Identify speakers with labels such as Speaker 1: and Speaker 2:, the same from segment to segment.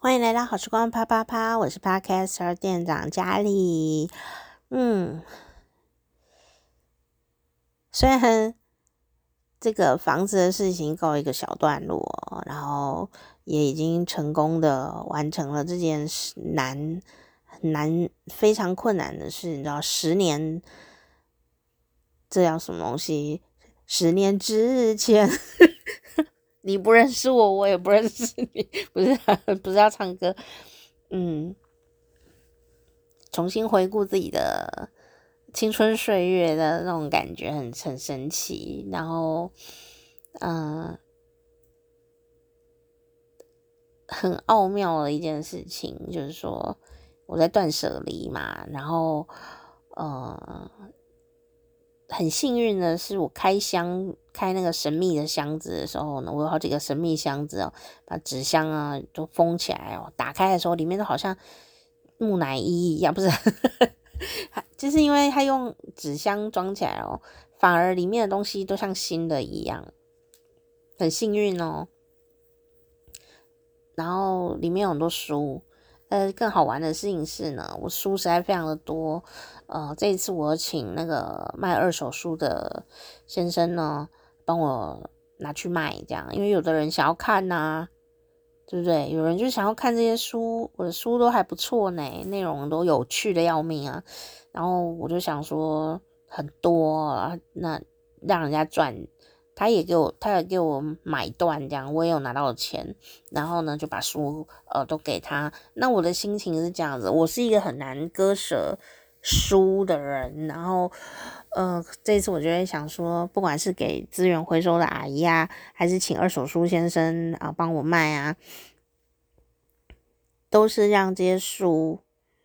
Speaker 1: 欢迎来到好时光啪啪啪，我是 Podcaster 店长佳丽。虽然这个房子的事情告一个小段落，然后也已经成功的完成了这件事很难非常困难的事，你知道10年这叫什么东西？10年之前你不认识我，我也不认识你，不是要唱歌，重新回顾自己的青春岁月的那种感觉很神奇，然后很奥妙的一件事情，就是说我在断舍离嘛，然后很幸运的是，我开那个神秘的箱子的时候呢，我有好几个神秘箱子哦，把纸箱啊都封起来哦，打开的时候里面都好像木乃伊一样，不是，就是因为它用纸箱装起来哦，反而里面的东西都像新的一样，很幸运哦。然后里面有很多书，更好玩的事情是呢，我书实在非常的多，这一次我请那个卖二手书的先生呢，帮我拿去卖，这样，因为有的人想要看啊，对不对？有人就想要看这些书，我的书都还不错呢，内容都有趣的要命啊，然后我就想说很多啊，那让人家赚。他也给我买断，这样我也有拿到钱，然后呢就把书都给他。那我的心情是这样子，我是一个很难割舍书的人，然后这一次我就会想说，不管是给资源回收的阿姨啊，还是请二手书先生啊帮我卖啊，都是让这些书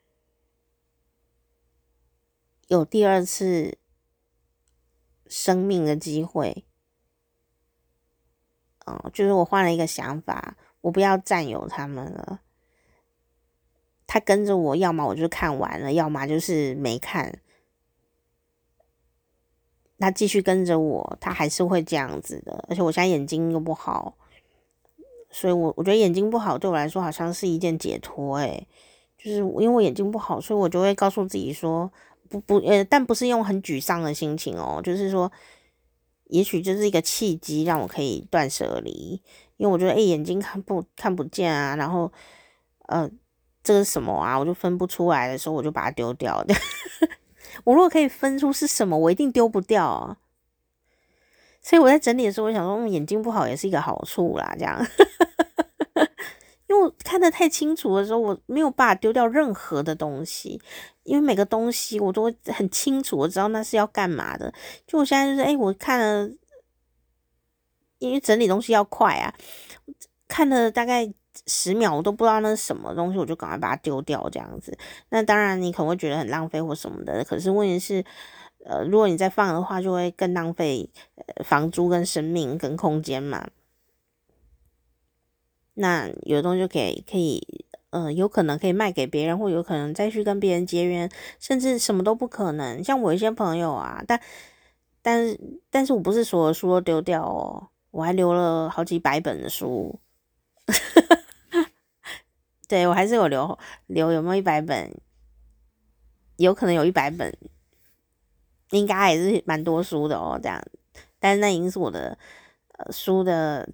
Speaker 1: 有第二次生命的机会。就是我换了一个想法，我不要占有他们了。他跟着我，要么我就看完了，要么就是没看。他继续跟着我，他还是会这样子的。而且我现在眼睛又不好，所以我觉得眼睛不好对我来说好像是一件解脱。就是因为我眼睛不好，所以我就会告诉自己说，但不是用很沮丧的心情哦，就是说，也许就是一个契机，让我可以断舍离。因为我觉得，眼睛看不见啊，然后，这个是什么啊？我就分不出来的时候，我就把它丢掉的。我如果可以分出是什么，我一定丢不掉啊。所以我在整理的时候，我想说，眼睛不好也是一个好处啦，这样。因为我看得太清楚的时候，我没有办法丢掉任何的东西，因为每个东西我都很清楚，我知道那是要干嘛的。就我现在就是，我看了，因为整理东西要快啊，看了大概10秒，我都不知道那是什么东西，我就赶快把它丢掉这样子。那当然你可能会觉得很浪费或什么的，可是问题是，如果你再放的话，就会更浪费房租跟生命跟空间嘛。那有的东西就可以有可能可以卖给别人，或有可能再去跟别人结缘，甚至什么都不可能。像我一些朋友啊，但是我不是所有书都丢掉哦，我还留了好几百本的书。对，我还是有留有没有100本？有可能有100本，应该还是蛮多书的哦。这样，但是那已经是我的书的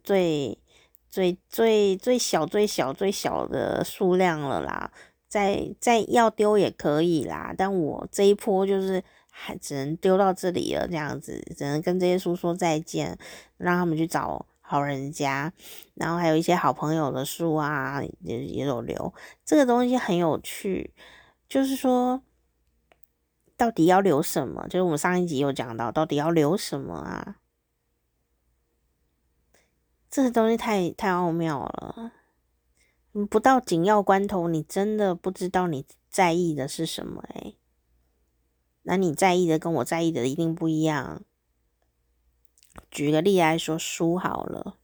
Speaker 1: 最小的数量了啦。再要丢也可以啦，但我这一波就是还只能丢到这里了，这样子只能跟这些书说再见，让他们去找好人家。然后还有一些好朋友的书啊，也有留。这个东西很有趣，就是说到底要留什么？就是我们上一集有讲到底要留什么啊？这个东西太奥妙了。不到紧要关头，你真的不知道你在意的是什么。那你在意的跟我在意的一定不一样。举个例来说，书好了，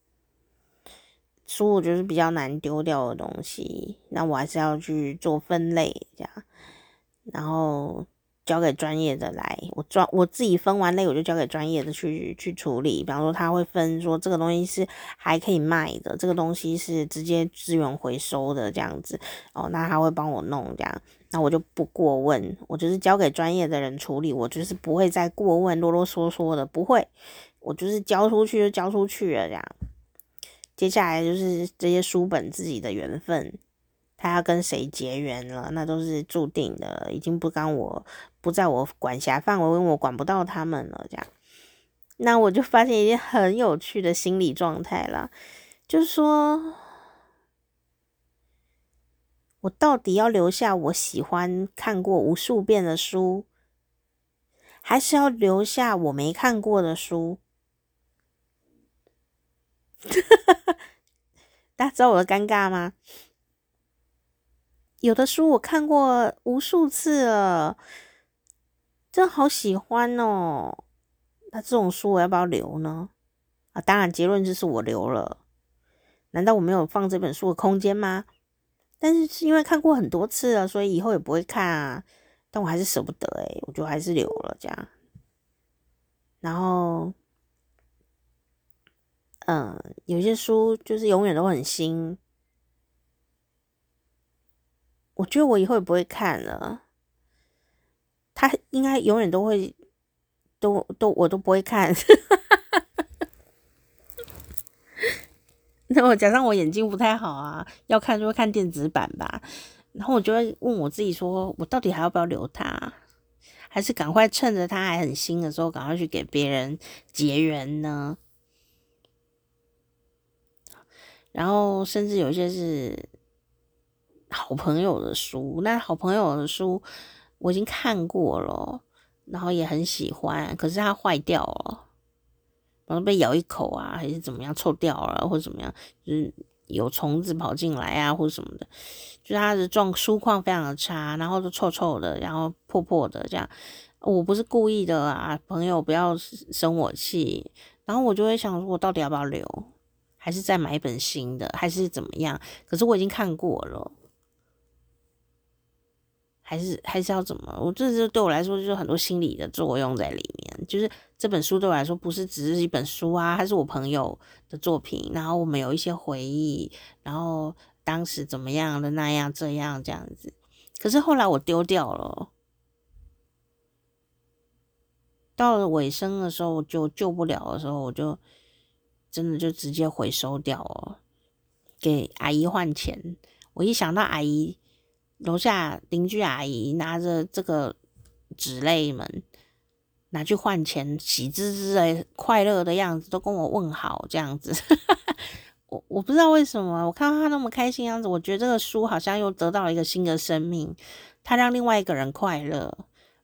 Speaker 1: 书我觉得是比较难丢掉的东西，那我还是要去做分类这样。然后交给专业的来，我自己分完类我就交给专业的去处理。比方说他会分说这个东西是还可以卖的，这个东西是直接资源回收的这样子那他会帮我弄这样，那我就不过问，我就是交给专业的人处理，我就是不会再过问啰啰嗦嗦的，不会，我就是交出去就交出去了这样。接下来就是这些书本自己的缘分，他要跟谁结缘了，那都是注定的，已经不在我管辖范围，因为我管不到他们了这样。那我就发现一件很有趣的心理状态啦，就是说我到底要留下我喜欢看过无数遍的书，还是要留下我没看过的书？大家知道我的尴尬吗？有的书我看过无数次了，真的好喜欢哦。那这种书我要不要留呢？当然结论就是我留了。难道我没有放这本书的空间吗？但是因为看过很多次了，所以以后也不会看啊。但我还是舍不得我就还是留了这样。然后，有些书就是永远都很新，我觉得我以后也不会看了。它应该永远都会，我都不会看。那我加上我眼睛不太好啊，要看就会看电子版吧。然后我就会问我自己说，我到底还要不要留它？还是赶快趁着它还很新的时候，赶快去给别人结缘呢？然后甚至有一些是好朋友的书，那好朋友的书我已经看过了，然后也很喜欢，可是它坏掉了。然后被咬一口啊，还是怎么样臭掉了，或者怎么样，就是有虫子跑进来啊，或者什么的，就是它的书况非常的差，然后都臭臭的，然后破破的这样。我不是故意的啊，朋友不要生我气。然后我就会想说，我到底要不要留，还是再买一本新的，还是怎么样？可是我已经看过了。还是要怎么？这就对我来说就是很多心理的作用在里面。就是这本书对我来说不是只是一本书啊，它是我朋友的作品，然后我们有一些回忆，然后当时怎么样的那样这样这样子。可是后来我丢掉了，到了尾声的时候就救不了的时候，我就真的就直接回收掉了，给阿姨换钱。我一想到阿姨楼下邻居阿姨拿着这个纸类们拿去换钱，喜滋滋的快乐的样子，都跟我问好这样子。我不知道为什么，我看到他那么开心样子，我觉得这个书好像又得到了一个新的生命，他让另外一个人快乐，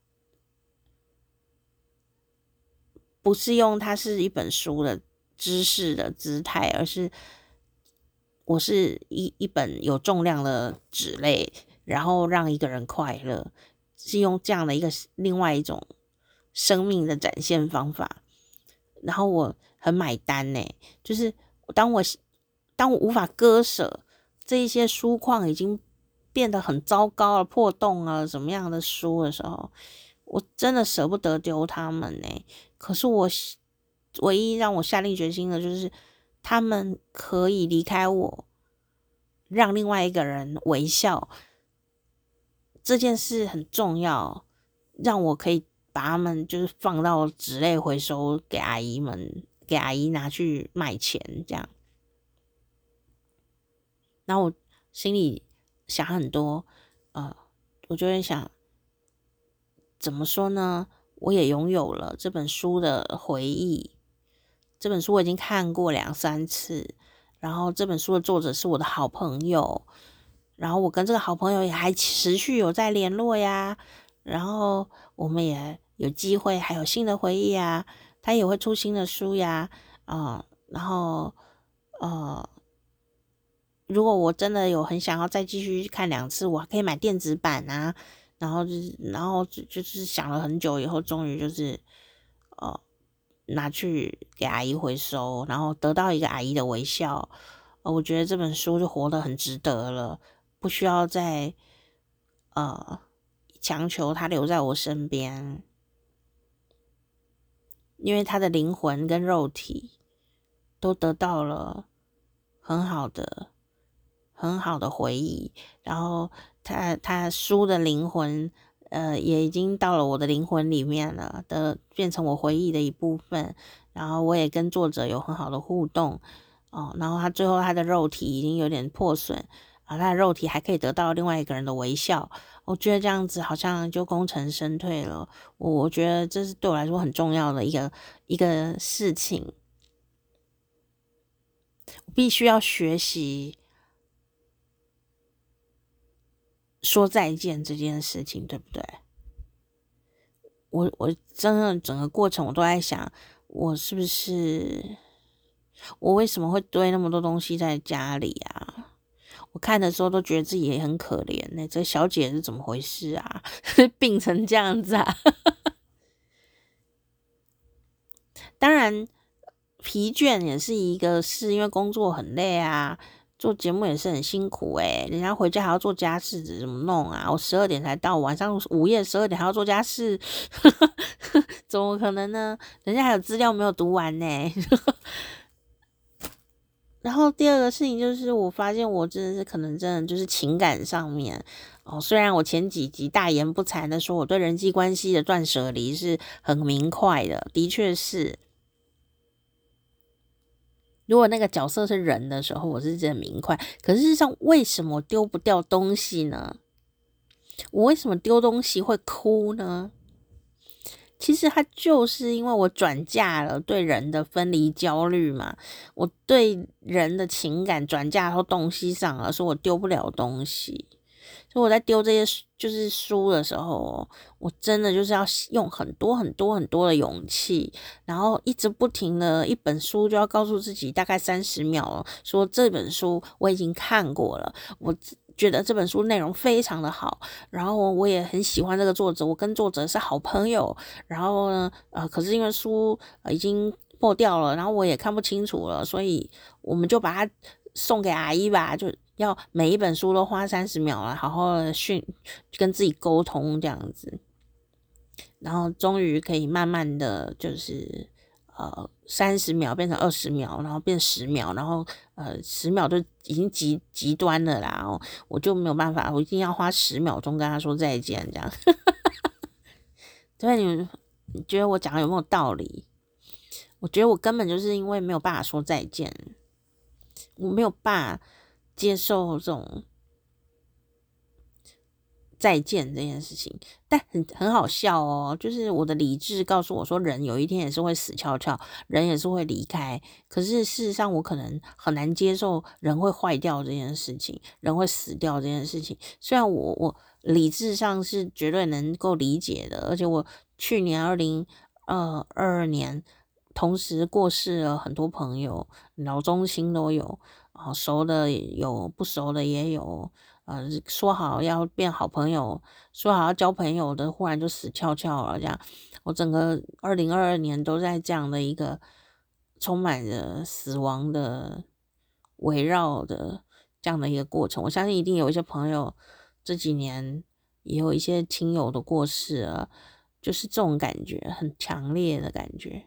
Speaker 1: 不是用它是一本书的知识的姿态，而是我是一本有重量的纸类，然后让一个人快乐，是用这样的一个另外一种生命的展现方法。然后我很买单就是当我无法割舍这一些书况已经变得很糟糕了、破洞了什么样的书的时候，我真的舍不得丢他们可是我唯一让我下定决心的就是他们可以离开我，让另外一个人微笑，这件事很重要，让我可以把他们就是放到纸类回收给阿姨们，给阿姨拿去卖钱这样。然后我心里想很多，我就会想，怎么说呢？我也拥有了这本书的回忆，这本书我已经看过2-3次，然后这本书的作者是我的好朋友，然后我跟这个好朋友也还持续有在联络呀，然后我们也有机会还有新的回忆啊，他也会出新的书呀，然后如果我真的有很想要再继续看2次，我还可以买电子版啊，然后就是想了很久以后，终于就是拿去给阿姨回收，然后得到一个阿姨的微笑，我觉得这本书就活得很值得了，不需要再强求他留在我身边，因为他的灵魂跟肉体都得到了很好的回忆，然后他书的灵魂也已经到了我的灵魂里面了，变成我回忆的一部分，然后我也跟作者有很好的互动然后最后他的肉体已经有点破损他的肉体还可以得到另外一个人的微笑，我觉得这样子好像就功成身退了，我觉得这是对我来说很重要的一个事情，我必须要学习说再见这件事情，对不对？我真的整个过程我都在想，我是不是我为什么会堆那么多东西在家里啊？我看的时候都觉得自己也很可怜呢，这小姐是怎么回事啊？病成这样子啊？当然，疲倦也是一个事，因为工作很累啊，做节目也是很辛苦人家回家还要做家事，怎么弄啊？我12点才到，晚上午夜12点还要做家事，怎么可能呢？人家还有资料没有读完呢。然后第二个事情就是，我发现我真的就是情感上面虽然我前几集大言不惭的说我对人际关系的断舍离是很明快的，的确是。如果那个角色是人的时候，我是真的明快。可是事实上，为什么我丢不掉东西呢？我为什么丢东西会哭呢？其实它就是因为我转嫁了对人的分离焦虑嘛，我对人的情感转嫁到东西上了，所以我丢不了东西。所以我在丢这些就是书的时候，我真的就是要用很多很多很多的勇气，然后一直不停的一本书就要告诉自己大概30秒说这本书我已经看过了，我觉得这本书内容非常的好，然后我也很喜欢这个作者，我跟作者是好朋友，然后呢可是因为书已经破掉了，然后我也看不清楚了，所以我们就把它送给阿姨吧，就要每一本书都花30秒了，好好的跟自己沟通这样子，然后终于可以慢慢的就是30秒变成20秒，然后变10秒，然后10秒就已经极端了啦我就没有办法，我一定要花10秒钟跟他说再见这样。对，你觉得我讲的有没有道理？我觉得我根本就是因为没有办法说再见，我没有办法接受这种再见这件事情，但很好笑就是我的理智告诉我说，人有一天也是会死翘翘，人也是会离开。可是事实上，我可能很难接受人会坏掉这件事情，人会死掉这件事情。虽然我理智上是绝对能够理解的，而且我去年2022年同时过世了很多朋友，老中青都有，熟的有，不熟的也有。说好要变好朋友，说好要交朋友的，忽然就死翘翘了。这样，我整个2022年都在这样的一个充满着死亡的围绕的这样的一个过程。我相信一定有一些朋友这几年也有一些亲友的过世了，就是这种感觉，很强烈的感觉。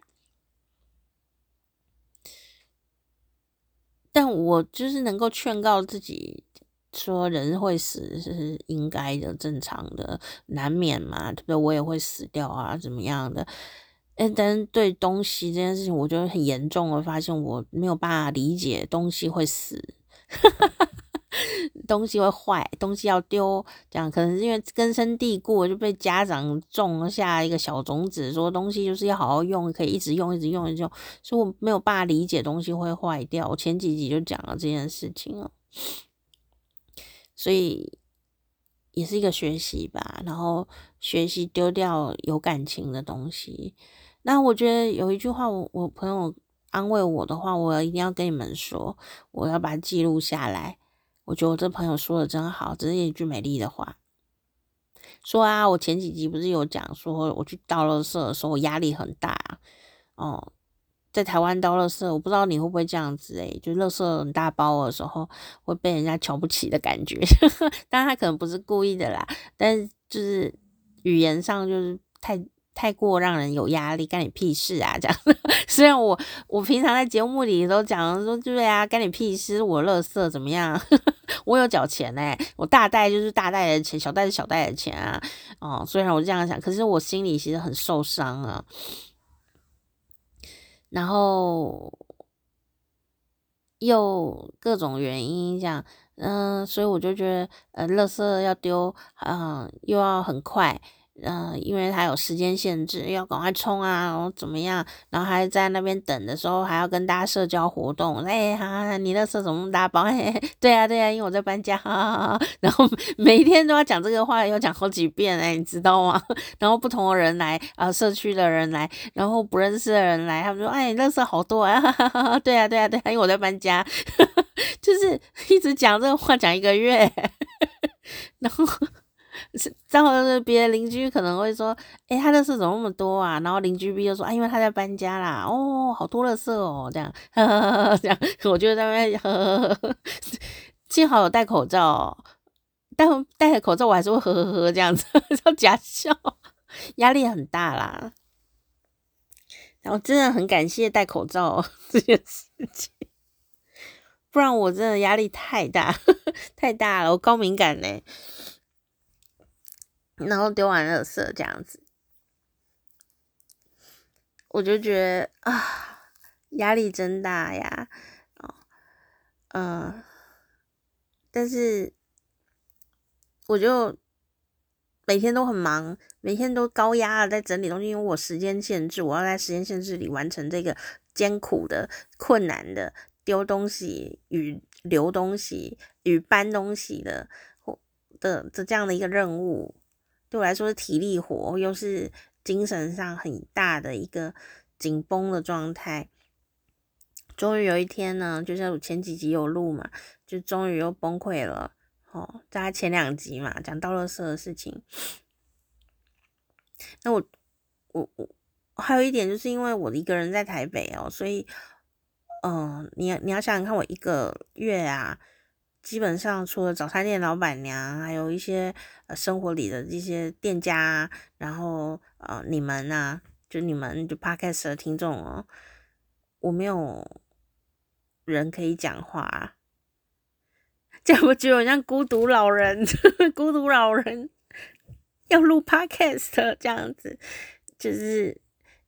Speaker 1: 但我就是能够劝告自己说，人会死是应该的，正常的，难免嘛，对不对？我也会死掉啊，怎么样的？但是对东西这件事情，我就很严重的发现，我没有办法理解东西会死。东西会坏，东西要丢，这样可能是因为根深蒂固，就被家长种下一个小种子，说东西就是要好好用，可以一直用，一直用，一直用，所以我没有办法理解东西会坏掉。我前几集就讲了这件事情了，所以也是一个学习吧，然后学习丢掉有感情的东西。那我觉得有一句话，我朋友安慰我的话，我一定要跟你们说，我要把它记录下来。我觉得我这朋友说的真好，这是一句美丽的话。说我前几集不是有讲说，我去倒垃圾的时候，我压力很大在台湾倒垃圾，我不知道你会不会这样子就垃圾很大包的时候，会被人家瞧不起的感觉。当然他可能不是故意的啦，但是就是语言上就是太过让人有压力，干你屁事啊这样。虽然我平常在节目里都讲说，对啊，干你屁事，我垃圾怎么样？我有缴钱我大袋就是大袋的钱，小袋是小袋的钱啊。虽然我这样想，可是我心里其实很受伤啊。然后又各种原因这样，所以我就觉得，垃圾要丢，又要很快，因为它有时间限制，要赶快冲啊，然后怎么样，然后还在那边等的时候，还要跟大家社交活动，你垃圾怎么那么大包？对啊，因为我在搬家，然后每一天都要讲这个话，要讲好几遍，你知道吗？然后不同的人来，社区的人来，然后不认识的人来，他们说，垃圾好多啊，对啊，因为我在搬家，就是一直讲这个话，讲1个月，然后。然后别的邻居可能会说，他垃圾怎么那么多啊？然后邻居 B 就说，因为他在搬家啦，好多垃圾哦，这样，这样，我就在那边，幸好有戴口罩，戴着口罩我还是会呵这样子，叫假笑，压力很大啦。然后真的很感谢戴口罩这件事情，不然我真的压力太大了，我高敏感嘞。然后丢完垃圾这样子，我就觉得压力真大呀，但是我就每天都很忙，每天都高压的在整理东西，因为我时间限制，我要在时间限制里完成这个艰苦的、困难的丢东西与留东西与搬东西的这样的一个任务。对我来说是体力活，又是精神上很大的一个紧绷的状态。终于有一天呢，就像我前几集有录嘛，就终于又崩溃了。大概前2集嘛，讲倒垃圾的事情。那我还有一点就是因为我一个人在台北所以你要想想看，我1个月啊。基本上除了早餐店老板娘，还有一些生活里的这些店家然后你们啊，就 podcast 的听众我没有人可以讲话这样我觉得我像孤独老人孤独老人要录 podcast 这样子，就是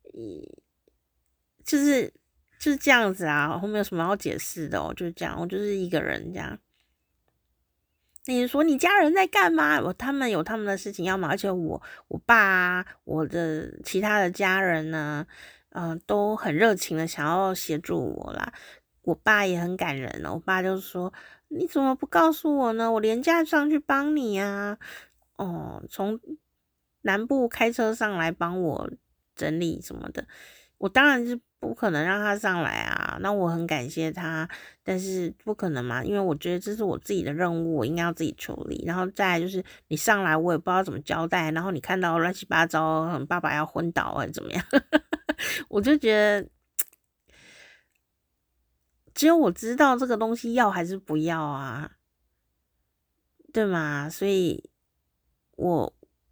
Speaker 1: 这样子啊，后面有什么要解释的就是这样，我就是一个人这样。你说你家人在干嘛？他们有他们的事情要忙，而且我爸我的其他的家人呢，都很热情的想要协助我啦。我爸也很感人我爸就说：“你怎么不告诉我呢？我连假上去帮你啊！”从南部开车上来帮我整理什么的，我当然是不可能让他上来啊，那我很感谢他，但是不可能嘛，因为我觉得这是我自己的任务，我应该要自己处理。然后再来就是你上来我也不知道怎么交代，然后你看到乱七八糟，爸爸要昏倒还是怎么样我就觉得只有我知道这个东西要还是不要啊，对吗？所以我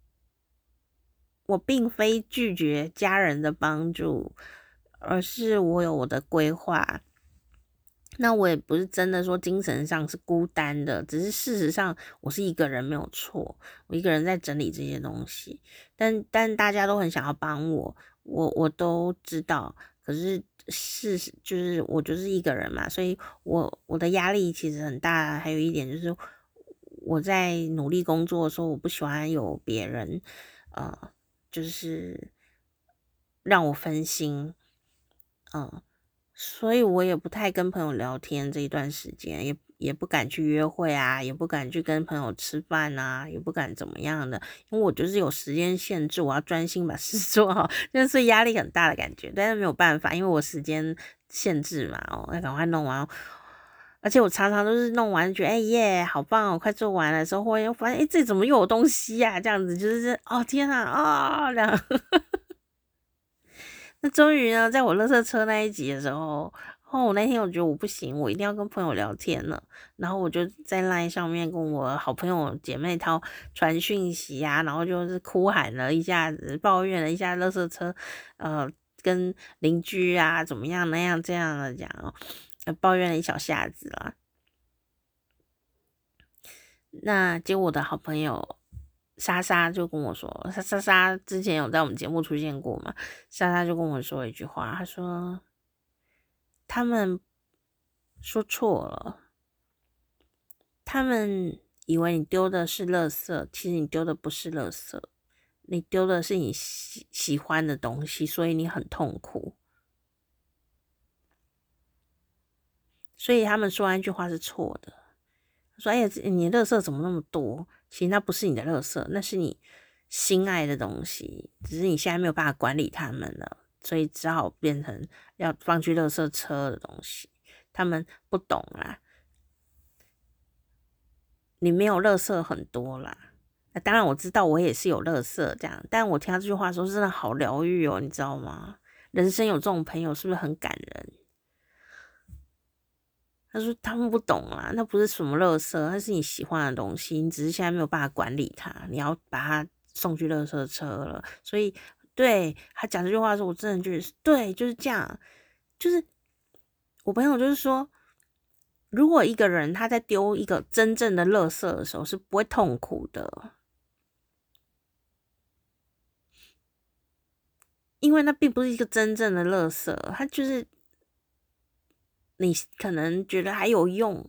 Speaker 1: 并非拒绝家人的帮助，而是我有我的规划。那我也不是真的说精神上是孤单的，只是事实上我是一个人没有错，我一个人在整理这些东西，但大家都很想要帮我都知道，可是事实就是我就是一个人嘛，所以我的压力其实很大。还有一点就是我在努力工作的时候，我不喜欢有别人就是让我分心所以我也不太跟朋友聊天这一段时间，也不敢去约会啊，也不敢去跟朋友吃饭啊，也不敢怎么样的，因为我就是有时间限制，我要专心把事做好，就是压力很大的感觉。但是没有办法，因为我时间限制嘛要赶快弄完。而且我常常都是弄完觉得耶好棒快做完了的时候，忽然又发现这怎么又有东西啊，这样子就是天啊这样那终于呢，在我垃圾车那一集的时候， 后我那天我觉得我不行，我一定要跟朋友聊天了，然后我就在 LINE 上面跟我好朋友姐妹淘传讯息啊，然后就是哭喊了一下子，抱怨了一下垃圾车，跟邻居啊怎么样那样这样的讲抱怨了一小下子啦。那结果我的好朋友莎莎就跟我说，莎莎之前有在我们节目出现过嘛，莎莎就跟我说一句话，她说他们说错了，他们以为你丢的是垃圾，其实你丢的不是垃圾，你丢的是你喜欢的东西，所以你很痛苦。所以他们说那句话是错的，说哎呀，你的垃圾怎么那么多？其实那不是你的垃圾，那是你心爱的东西，只是你现在没有办法管理他们了，所以只好变成要放去垃圾车的东西。他们不懂啦，你没有垃圾很多啦。当然我知道我也是有垃圾这样，但我听到这句话的时候真的好疗愈哦，你知道吗？人生有这种朋友是不是很感人？他说他们不懂啦，那不是什么垃圾，那是你喜欢的东西，你只是现在没有办法管理它，你要把它送去垃圾车了。所以对他讲这句话的时候，我真的觉得对，就是这样。就是我朋友就是说，如果一个人他在丢一个真正的垃圾的时候是不会痛苦的，因为那并不是一个真正的垃圾，它就是你可能觉得还有用，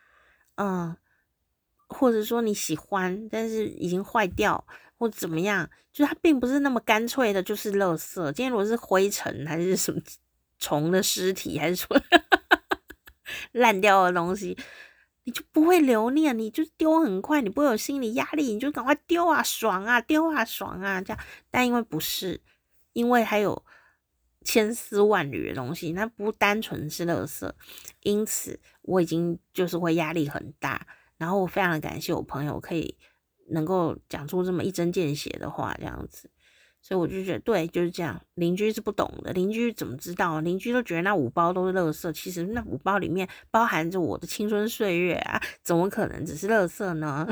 Speaker 1: 或者说你喜欢，但是已经坏掉或怎么样，就是它并不是那么干脆的，就是垃圾。今天如果是灰尘还是什么虫的尸体，还是说烂掉的东西，你就不会留念，你就丢很快，你不会有心理压力，你就赶快丢啊，爽啊，丢啊，爽啊，这样。但因为不是，因为还有千丝万缕的东西，那不单纯是垃圾，因此我已经就是会压力很大。然后我非常的感谢我朋友可以能够讲出这么一针见血的话，这样子，所以我就觉得对，就是这样。邻居是不懂的，邻居怎么知道？邻居都觉得那5包都是垃圾，其实那5包里面包含着我的青春岁月啊，怎么可能只是垃圾呢？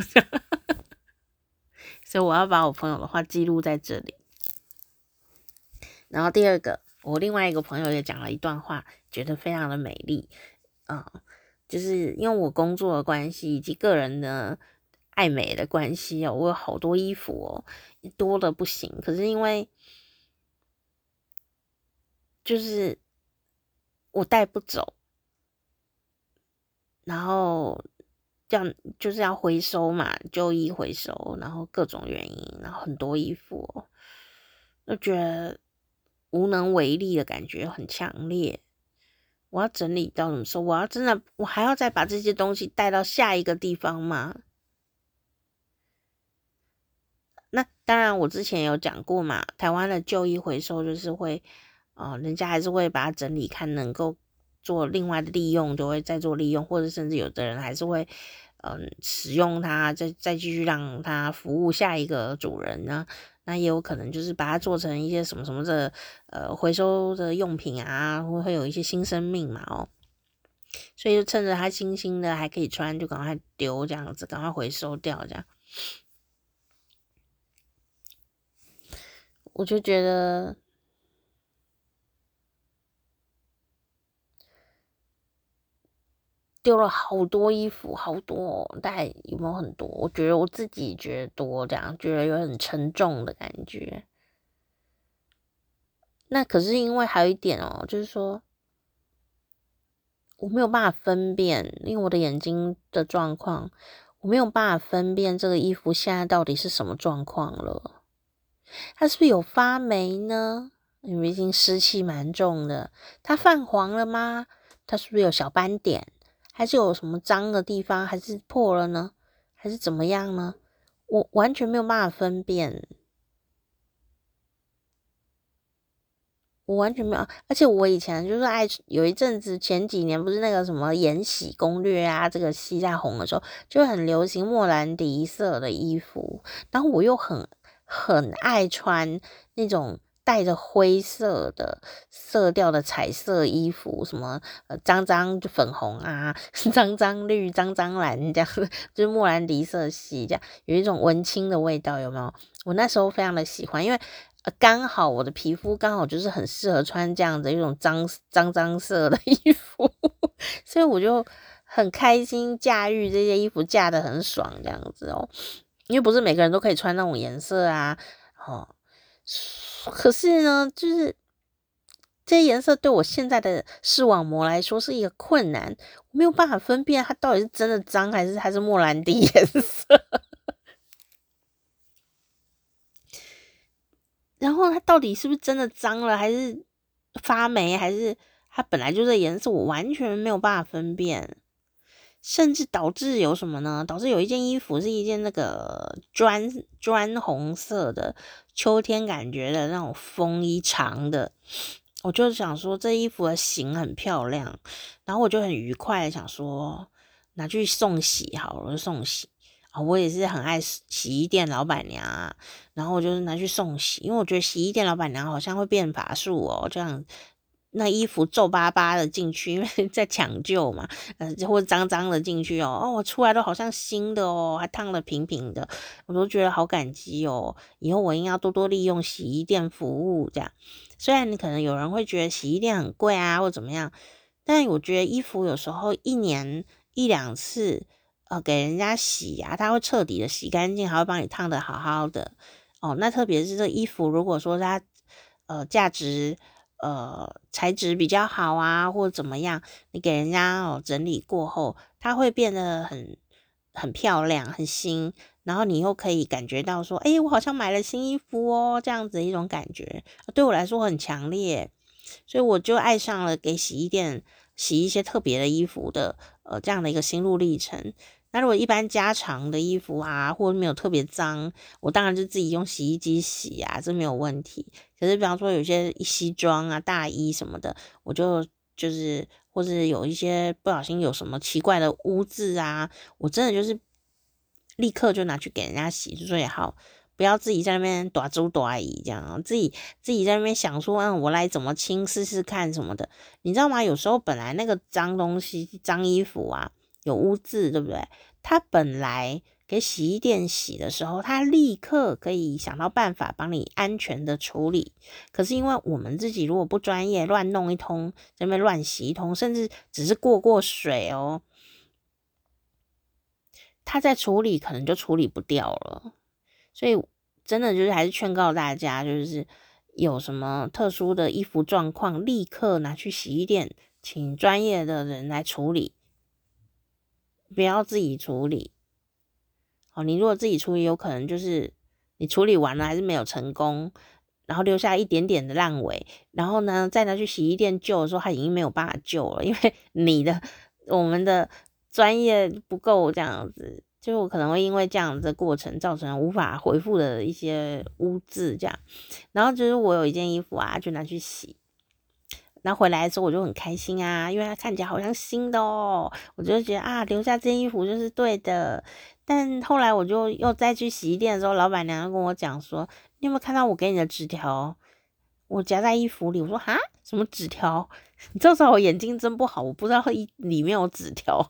Speaker 1: 所以我要把我朋友的话记录在这里。然后第二个，我另外一个朋友也讲了一段话，觉得非常的美丽，就是因为我工作的关系以及个人的爱美的关系我有好多衣服多的不行。可是因为就是我带不走，然后这样就是要回收嘛，旧衣回收，然后各种原因，然后很多衣服就觉得无能为力的感觉很强烈。我要整理到什么时候？我还要再把这些东西带到下一个地方吗？那当然，我之前有讲过嘛，台湾的旧衣回收就是会，人家还是会把它整理，看能够做另外的利用，就会再做利用，或者甚至有的人还是会，使用它，再继续让它服务下一个主人呢。那也有可能就是把它做成一些什么什么的，回收的用品啊，会有一些新生命嘛所以就趁着它新新的还可以穿，就赶快丢这样子，赶快回收掉这样。我就觉得丢了好多衣服，好多大概有没有很多？我觉得我自己觉得多，这样觉得有很沉重的感觉。那可是因为还有一点就是说我没有办法分辨，因为我的眼睛的状况，我没有办法分辨这个衣服现在到底是什么状况了。它是不是有发霉呢？因为已经湿气蛮重的。它泛黄了吗？它是不是有小斑点？还是有什么脏的地方？还是破了呢？还是怎么样呢？我完全没有办法分辨。我完全没有，而且我以前就是有一阵子前几年不是那个什么延禧攻略啊，这个戏在红的时候，就很流行莫兰迪色的衣服，然后我又很爱穿那种带着灰色的色调的彩色衣服，什么脏脏粉红啊，脏脏绿、脏脏蓝这样，就是莫兰迪色系这样，有一种文青的味道，有没有？我那时候非常的喜欢，因为刚好我的皮肤刚好就是很适合穿这样的一种脏色的衣服，所以我就很开心驾驭这些衣服，驾得很爽这样子哦。因为不是每个人都可以穿那种颜色啊，可是呢，就是这些颜色对我现在的视网膜来说是一个困难，我没有办法分辨它到底是真的脏还是莫兰迪颜色。然后它到底是不是真的脏了，还是发霉，还是它本来就这颜色，我完全没有办法分辨。甚至导致有什么呢？导致有一件衣服是一件那个砖红色的秋天感觉的那种风衣，长的。我就想说这衣服的型很漂亮，然后我就很愉快的想说拿去送洗好了，送洗啊。我也是很爱洗衣店老板娘啊，然后我就是拿去送洗，因为我觉得洗衣店老板娘好像会变法术哦，这样。那衣服皱巴巴的进去，因为在抢救嘛，或者脏脏的进去哦，我出来都好像新的哦，还烫得平平的，我都觉得好感激哦。以后我应该要多多利用洗衣店服务，这样。虽然你可能有人会觉得洗衣店很贵啊，或怎么样，但我觉得衣服有时候一年1-2次，给人家洗啊，他会彻底的洗干净，还会帮你烫得好好的哦。那特别是这衣服，如果说它价值材质比较好啊，或者怎么样，你给人家整理过后，它会变得很漂亮，很新，然后你又可以感觉到说，我好像买了新衣服哦，这样子的一种感觉，对我来说很强烈，所以我就爱上了给洗衣店洗一些特别的衣服的这样的一个心路历程。那如果一般家常的衣服啊，或者没有特别脏，我当然就自己用洗衣机洗啊，这没有问题。可是比方说有些西装啊、大衣什么的，我就是或是有一些不小心有什么奇怪的污渍啊，我真的就是立刻就拿去给人家洗，最好不要自己在那边大猪大姨这样，自己在那边想说，我来怎么清试试看什么的，你知道吗？有时候本来那个脏东西、脏衣服啊，有污渍，对不对？它本来给洗衣店洗的时候，它立刻可以想到办法帮你安全的处理。可是因为我们自己如果不专业，乱弄一通，在那边乱洗一通，甚至只是过水哦，它在处理可能就处理不掉了。所以真的就是还是劝告大家，就是有什么特殊的衣服状况，立刻拿去洗衣店，请专业的人来处理，不要自己处理。你如果自己处理，有可能就是你处理完了还是没有成功，然后留下一点点的烂尾，然后呢再拿去洗衣店救的时候，它已经没有办法救了，因为我们的专业不够这样子，就可能会因为这样的过程造成无法回复的一些污渍这样。然后就是我有一件衣服啊，就拿去洗。然后回来的时候我就很开心啊，因为它看起来好像新的哦，我就觉得啊，留下这件衣服就是对的。但后来我就又再去洗衣店的时候，老板娘跟我讲说：“你有没有看到我给你的纸条？我夹在衣服里。”我说：“哈，什么纸条？”你知道我眼睛真不好，我不知道里面有纸条。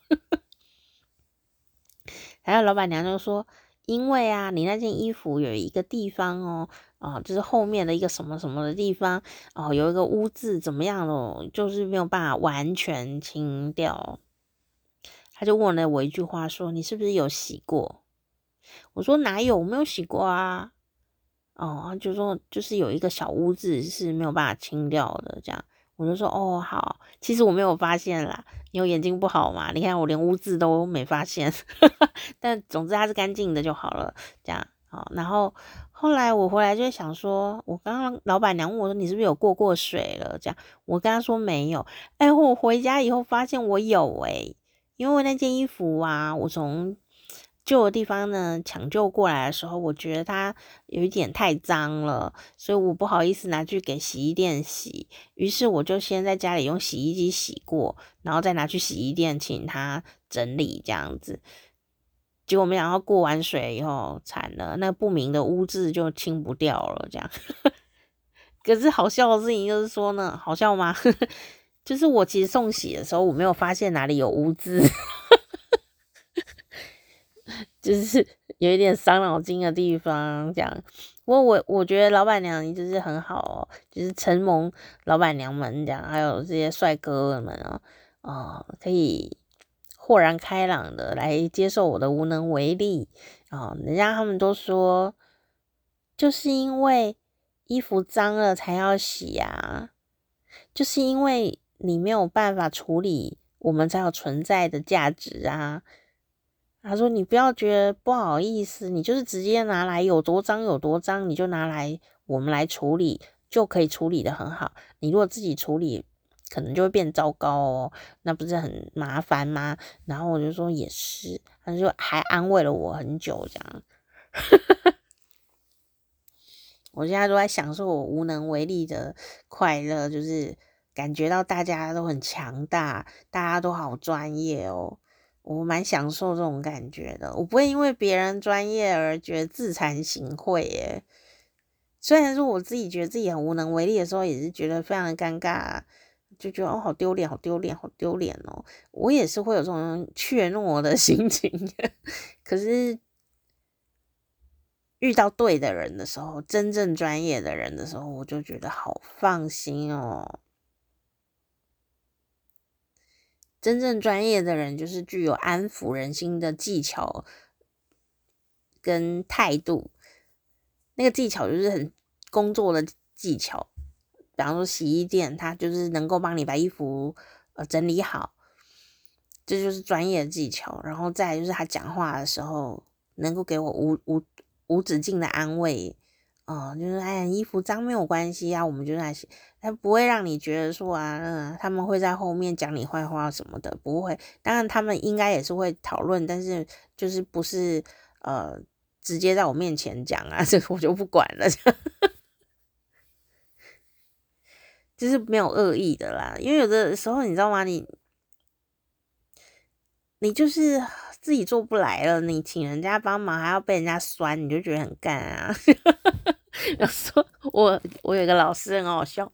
Speaker 1: 然后老板娘就说：“因为啊，你那件衣服有一个地方哦。”就是后面的一个什么什么的地方有一个污渍怎么样咯，就是没有办法完全清掉。他就问了我一句话说：“你是不是有洗过？”我说：“哪有，我没有洗过啊。”他就说就是有一个小污渍是没有办法清掉的，这样。我就说：“哦，好。”其实我没有发现啦，你有眼睛不好嘛？你看我连污渍都没发现，但总之它是干净的就好了，这样。然后后来我回来就想说，我刚刚老板娘问我说：“你是不是有过水了？”这样，我跟她说没有。我回家以后发现我有因为那件衣服啊，我从旧的地方呢抢救过来的时候，我觉得它有一点太脏了，所以我不好意思拿去给洗衣店洗，于是我就先在家里用洗衣机洗过，然后再拿去洗衣店请他整理这样子。结果没想到过完水以后惨了，那不明的污渍就清不掉了，这样可是好笑的事情就是说呢，好笑吗？就是我其实送洗的时候，我没有发现哪里有污渍，就是有一点伤脑筋的地方，这样。不过我觉得老板娘就是很好哦，就是承蒙老板娘们这样，还有这些帅哥们可以豁然开朗的来接受我的无能为力人家他们都说，就是因为衣服脏了才要洗啊，就是因为你没有办法处理，我们才有存在的价值啊。他说你不要觉得不好意思，你就是直接拿来有多脏有多脏，你就拿来我们来处理，就可以处理的很好。你如果自己处理，可能就会变糟糕哦，那不是很麻烦吗？然后我就说也是，他就还安慰了我很久这样。我现在都在享受我无能为力的快乐，就是感觉到大家都很强大，大家都好专业哦。我蛮享受这种感觉的，我不会因为别人专业而觉得自惭形秽耶。虽然说我自己觉得自己很无能为力的时候，也是觉得非常的尴尬，就觉得好丢脸，好丢脸，好丢脸哦。我也是会有这种怯懦的心情，可是遇到对的人的时候，真正专业的人的时候，我就觉得好放心哦。真正专业的人就是具有安抚人心的技巧跟态度，那个技巧就是很工作的技巧，比方说洗衣店，它就是能够帮你把衣服整理好，这就是专业的技巧。然后再来就是他讲话的时候，能够给我无止境的安慰。就是衣服脏没有关系啊，我们就在洗，他不会让你觉得说他们会在后面讲你坏话什么的，不会。当然他们应该也是会讨论，但是就是不是直接在我面前讲啊，这个我就不管了，就是没有恶意的啦。因为有的时候你知道吗？你就是自己做不来了，你请人家帮忙还要被人家酸，你就觉得很干啊。有时候我有一个老师很好笑，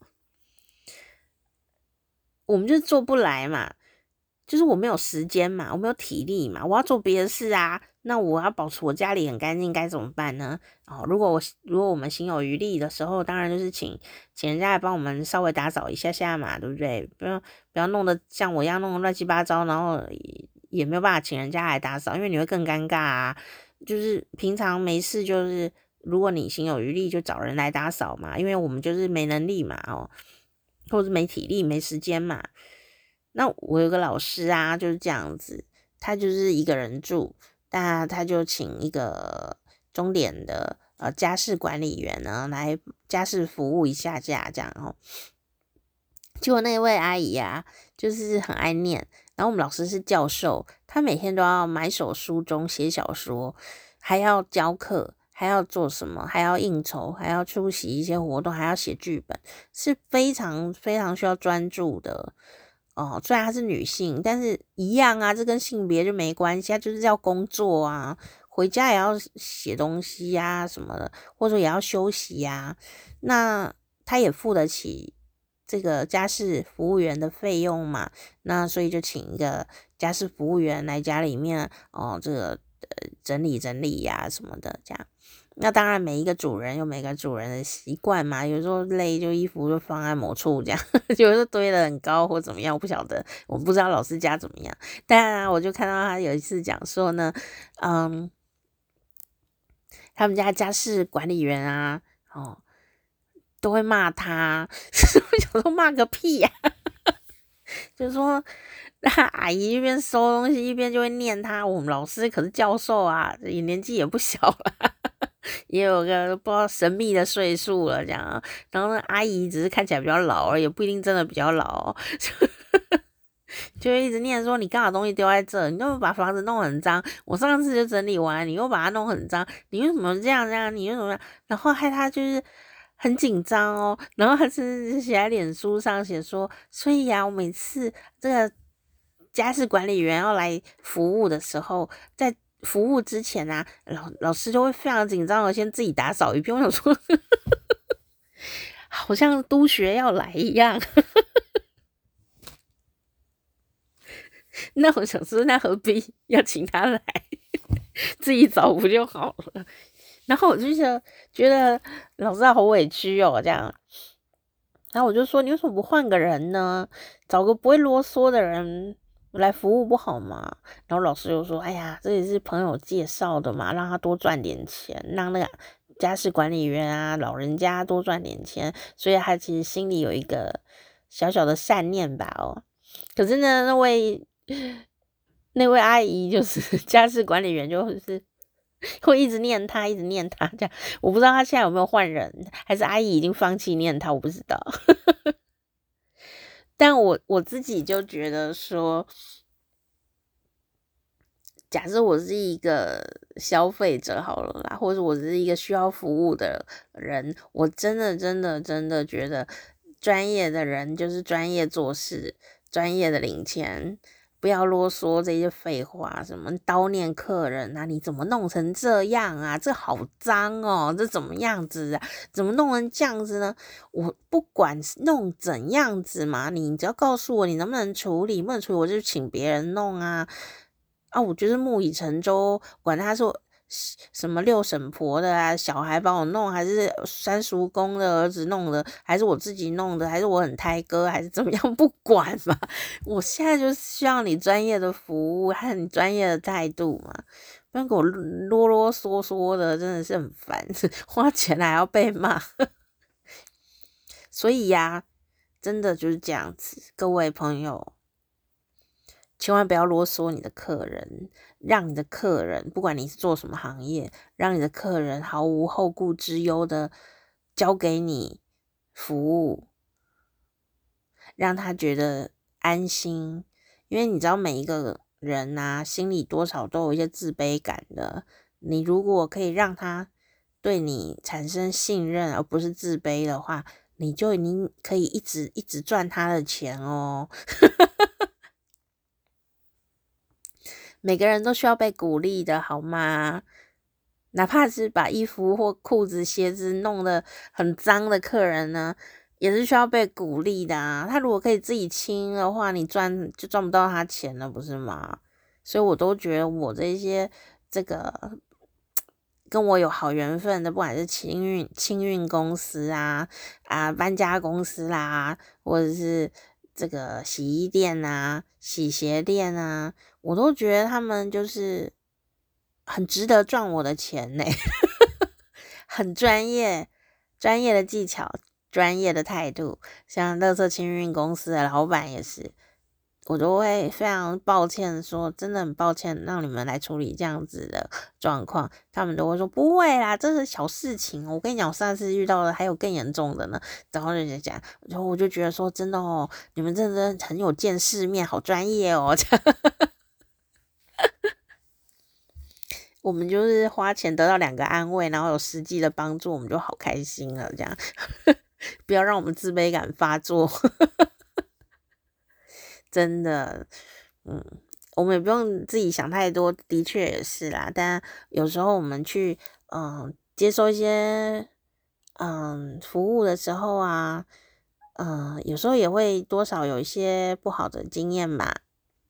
Speaker 1: 我们就是做不来嘛，就是我没有时间嘛，我没有体力嘛，我要做别的事啊。那我要保持我家里很干净，该怎么办呢？如果我们心有余力的时候，当然就是请人家来帮我们稍微打扫一下下嘛，对不对？不要弄得像我一样弄得乱七八糟，然后也没有办法请人家来打扫，因为你会更尴尬啊。就是平常没事，就是如果你心有余力，就找人来打扫嘛，因为我们就是没能力嘛，或者没体力、没时间嘛。那我有个老师啊，就是这样子，他就是一个人住，但他就请一个钟点的家事管理员呢来家事服务一下这样结果那位阿姨啊，就是很爱念，然后我们老师是教授，他每天都要埋首书中写小说，还要教课，还要做什么，还要应酬，还要出席一些活动，还要写剧本，是非常非常需要专注的。虽然她是女性，但是一样啊，这跟性别就没关系，她就是要工作啊，回家也要写东西呀、什么的，或者说也要休息呀、那她也付得起这个家事服务员的费用嘛，那所以就请一个家事服务员来家里面这个整理整理呀、什么的这样。那当然，每一个主人有每个主人的习惯嘛，有时候累就衣服就放在某处这样，有时候堆得很高或怎么样，我不晓得，我不知道老师家怎么样。当然我就看到他有一次讲说呢，他们家家事管理员啊，都会骂他，我想说骂个屁呀、就是说那阿姨一边收东西一边就会念他，我们老师可是教授啊，也年纪也不小了。也有个不知道神秘的岁数了，这样，然后呢，阿姨只是看起来比较老而已，也不一定真的比较老，就会一直念说你刚好东西丢在这，你又把房子弄很脏，我上次就整理完，你又把它弄很脏，你为什么这样？你为什么？然后害他就是很紧张哦，然后他是写在脸书上写说，所以啊，我每次这个家事管理员要来服务的时候，在服务之前啊，老师就会非常紧张的先自己打扫一遍。我想说好像督学要来一样。那我想说，那何必要请他来？自己找不就好了？然后我就觉得老师好委屈哦，这样。然后我就说，你为什么不换个人呢？找个不会啰嗦的人来服务不好吗？然后老师又说，哎呀，这也是朋友介绍的嘛，让他多赚点钱，让那个家事管理员啊，老人家多赚点钱，所以他其实心里有一个小小的善念吧，哦。可是呢，那位阿姨就是家事管理员，就是会一直念他，一直念他这样。我不知道他现在有没有换人，还是阿姨已经放弃念他，我不知道。但我自己就觉得说，假设我是一个消费者好了啦，或者我是一个需要服务的人，我真的觉得专业的人就是专业做事，专业的领钱。不要啰嗦这些废话，什么叨念客人啊，你怎么弄成这样啊？这好脏哦，这怎么样子啊？怎么弄成这样子呢？我不管弄怎样子嘛，你只要告诉我你能不能处理，不能处理我就请别人弄啊。我觉得木已成舟，管他是什么六婶婆的啊，小孩帮我弄，还是三叔公的儿子弄的，还是我自己弄的，还是我很胎哥，还是怎么样，不管嘛。我现在就需要你专业的服务和你专业的态度嘛，不然给我啰啰嗦嗦的，真的是很烦，花钱还要被骂。所以呀，真的就是这样子，各位朋友。千万不要啰嗦你的客人，让你的客人，不管你是做什么行业，让你的客人毫无后顾之忧的交给你服务，让他觉得安心。因为你知道每一个人啊，心里多少都有一些自卑感的。你如果可以让他对你产生信任，而不是自卑的话，你就已经可以一直赚他的钱哦。每个人都需要被鼓励的，好吗？哪怕是把衣服或裤子、鞋子弄得很脏的客人呢，也是需要被鼓励的啊。他如果可以自己清的话，你就赚不到他钱了，不是吗？所以我都觉得我这些跟我有好缘分的，不管是清运公司啊搬家公司啦，或者是这个洗衣店啊、洗鞋店啊，我都觉得他们就是很值得赚我的钱呢。很专业的技巧，专业的态度。像垃圾清运公司的老板也是，我都会非常抱歉说，真的很抱歉让你们来处理这样子的状况。他们都会说不会啦，这是小事情。我跟你讲，我上次遇到的还有更严重的呢。然后人家讲，然后我就觉得说，真的哦，你们真的很有见世面，好专业哦。我们就是花钱得到2个安慰，然后有实际的帮助，我们就好开心了。这样不要让我们自卑感发作。真的，我们也不用自己想太多，的确也是啦。但有时候我们去接受一些服务的时候啊，有时候也会多少有一些不好的经验吧。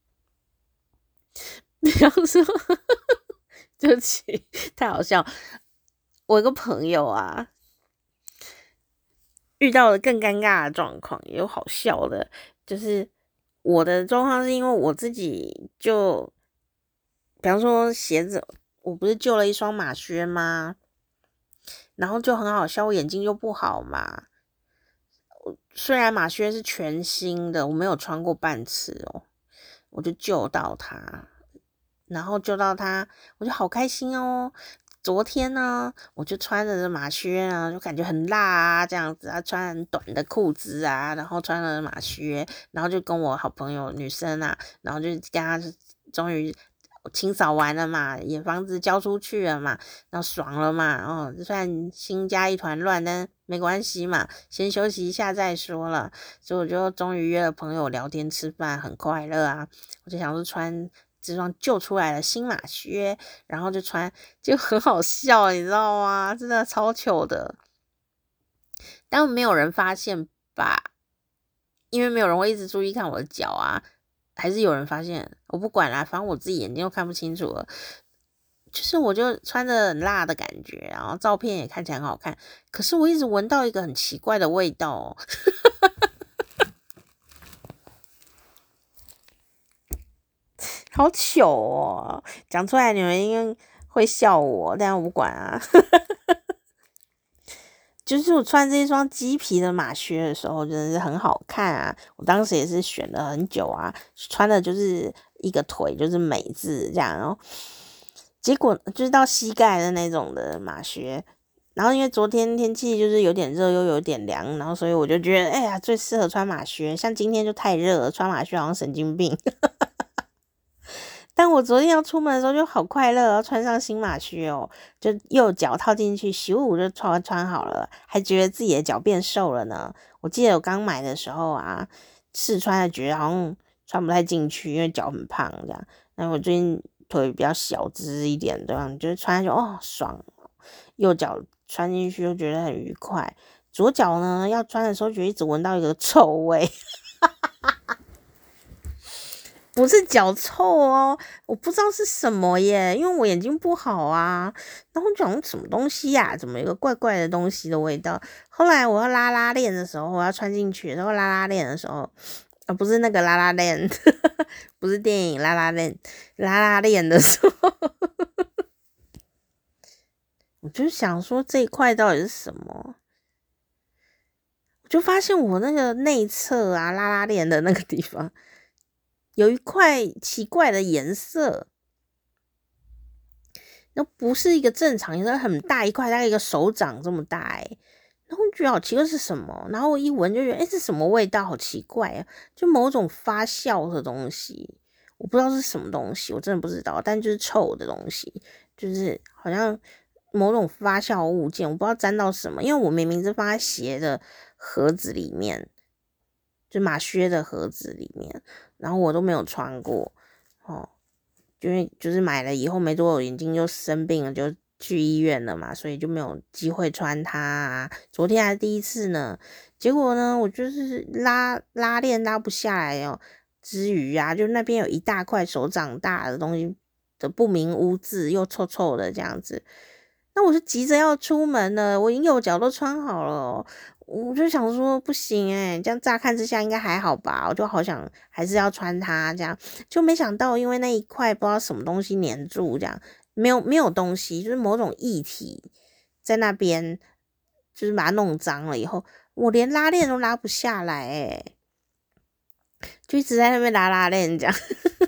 Speaker 1: 比方说，对不起，太好笑。我有个朋友啊，遇到了更尴尬的状况，也有好笑的，就是我的状况是因为我自己就，比方说鞋子，我不是旧了一双马靴吗？然后就很好笑，我眼睛就不好嘛。虽然马靴是全新的，我没有穿过半次哦，我就救到它，然后救到它，我就好开心哦。昨天呢，我就穿着这马靴啊，就感觉很辣啊，这样子啊，穿很短的裤子啊，然后穿了马靴，然后就跟我好朋友女生啊，然后就跟她终于清扫完了嘛，也房子交出去了嘛，然后爽了嘛，虽然心家一团乱，但没关系嘛，先休息一下再说了。所以我就终于约了朋友聊天吃饭，很快乐啊。我就想说穿这双救出来的新马靴，然后就穿，就很好笑，你知道吗？真的超糗的。 但没有人发现吧，因为没有人会一直注意看我的脚啊，还是有人发现，我不管啦，反正我自己眼睛都看不清楚了。就是我就穿着很辣的感觉，然后照片也看起来很好看，可是我一直闻到一个很奇怪的味道哦。好糗哦，讲出来你们应该会笑我，但我不管啊。就是我穿这一双鸡皮的马靴的时候，真的是很好看啊！我当时也是选了很久啊，穿的就是一个腿就是美字这样，然后结果就是到膝盖的那种的马靴，然后因为昨天天气就是有点热又有点凉，然后所以我就觉得，哎呀，最适合穿马靴。像今天就太热了，穿马靴好像神经病。但我昨天要出门的时候就好快乐，要穿上新马靴哦，就右脚套进去，咻就穿好了，还觉得自己的脚变瘦了呢。我记得我刚买的时候啊，试穿的觉得好像穿不太进去，因为脚很胖这样。那我最近腿比较小只一点，这样就是穿就爽，右脚穿进去就觉得很愉快，左脚呢要穿的时候就一直闻到一个臭味。不是脚臭哦，我不知道是什么耶，因为我眼睛不好啊。然后讲什么东西呀、怎么有个怪怪的东西的味道？后来我要拉链的时候，我要穿进去，然后拉链的时候，不是那个拉链，不是电影拉链，拉链的时候，我就想说这一块到底是什么？我就发现我那个内侧啊，拉链的那个地方。有一块奇怪的颜色，那不是一个正常颜色，很大一块，大概一个手掌这么大然后觉得好奇怪是什么，然后我一闻就觉得，这什么味道？好奇怪啊，就某种发酵的东西，我不知道是什么东西，我真的不知道，但就是臭的东西，就是好像某种发酵物件，我不知道沾到什么，因为我明明是放在鞋的盒子里面。就马靴的盒子里面，然后我都没有穿过因为就是买了以后没多久眼睛就生病了，就去医院了嘛，所以就没有机会穿它啊。昨天还第一次呢，结果呢，我就是拉链拉不下来之余啊，就那边有一大块手掌大的东西的不明污渍，又臭臭的这样子。那我是急着要出门了，我已经右脚都穿好了我就想说不行这样乍看之下应该还好吧，我就好想还是要穿它这样，就没想到因为那一块不知道什么东西粘住，这样没有东西，就是某种液体在那边，就是把它弄脏了以后，我连拉链都拉不下来就一直在那边拉链这样。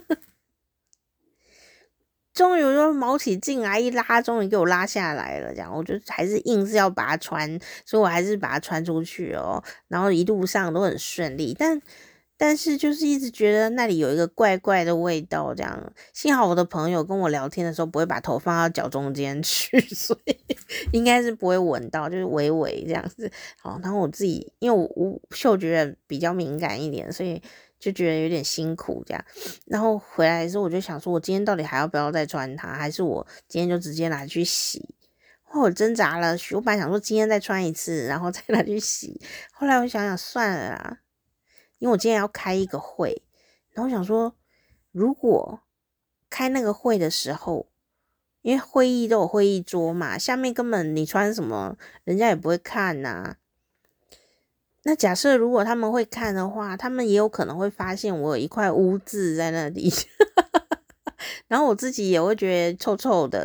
Speaker 1: 终于就毛起劲来一拉，终于给我拉下来了。这样，我就还是硬是要把它穿，所以我还是把它穿出去然后一路上都很顺利，但是就是一直觉得那里有一个怪怪的味道。这样，幸好我的朋友跟我聊天的时候不会把头放到脚中间去，所以应该是不会闻到，就是微微这样子。好，然后我自己因为我嗅觉比较敏感一点，所以。就觉得有点辛苦这样，然后回来的时候我就想说，我今天到底还要不要再穿它，还是我今天就直接拿去洗？我挣扎了，我本来想说今天再穿一次，然后再拿去洗。后来我想想算了啦，因为我今天要开一个会，然后我想说，如果开那个会的时候，因为会议都有会议桌嘛，下面根本你穿什么，人家也不会看那假设如果他们会看的话，他们也有可能会发现我有一块污渍在那里，然后我自己也会觉得臭臭的。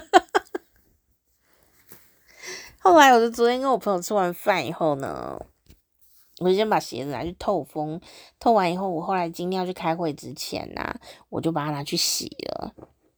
Speaker 1: 后来我就昨天跟我朋友吃完饭以后呢，我就先把鞋子拿去透风，透完以后，我后来今天要去开会之前我就把它拿去洗了，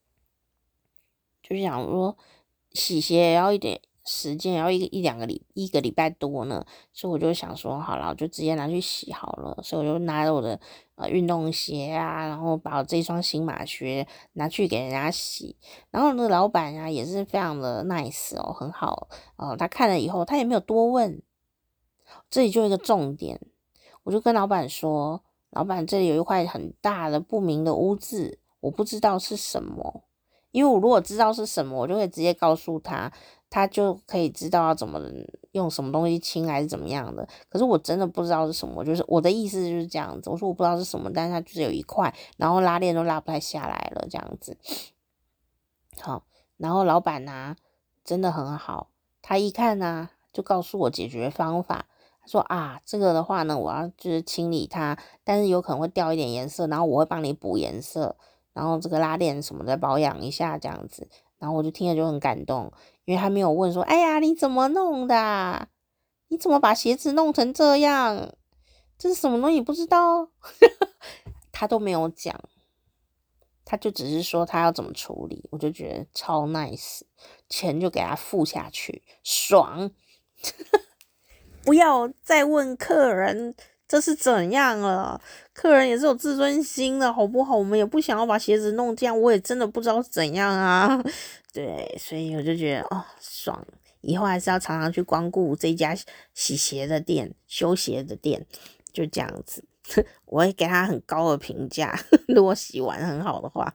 Speaker 1: 就是想说洗鞋也要一点。时间也要一个礼拜多呢，所以我就想说，好了，我就直接拿去洗好了。所以我就拿着我的运动鞋然后把我这双新马靴拿去给人家洗。然后那个老板也是非常的 nice 很好他看了以后，他也没有多问。这里就有一个重点，我就跟老板说，老板这里有一块很大的不明的污渍，我不知道是什么。因为我如果知道是什么，我就可以直接告诉他，他就可以知道要怎么用什么东西清还是怎么样的，可是我真的不知道是什么，就是我的意思就是这样子，我说我不知道是什么，但是它就是有一块，然后拉链都拉不太下来了这样子。好，然后老板真的很好，他一看就告诉我解决方法。他说这个的话呢，我要就是清理它，但是有可能会掉一点颜色，然后我会帮你补颜色，然后这个拉链什么的保养一下这样子。然后我就听了就很感动，因为他没有问说，哎呀你怎么弄的你怎么把鞋子弄成这样？这是什么东西不知道？他都没有讲。他就只是说他要怎么处理，我就觉得超 nice， 钱就给他付下去，爽。不要再问客人这是怎样了，客人也是有自尊心的好不好？我们也不想要把鞋子弄这样，我也真的不知道是怎样对，所以我就觉得爽，以后还是要常常去光顾这家洗鞋的店、修鞋的店，就这样子。我会给他很高的评价，如果洗完很好的话。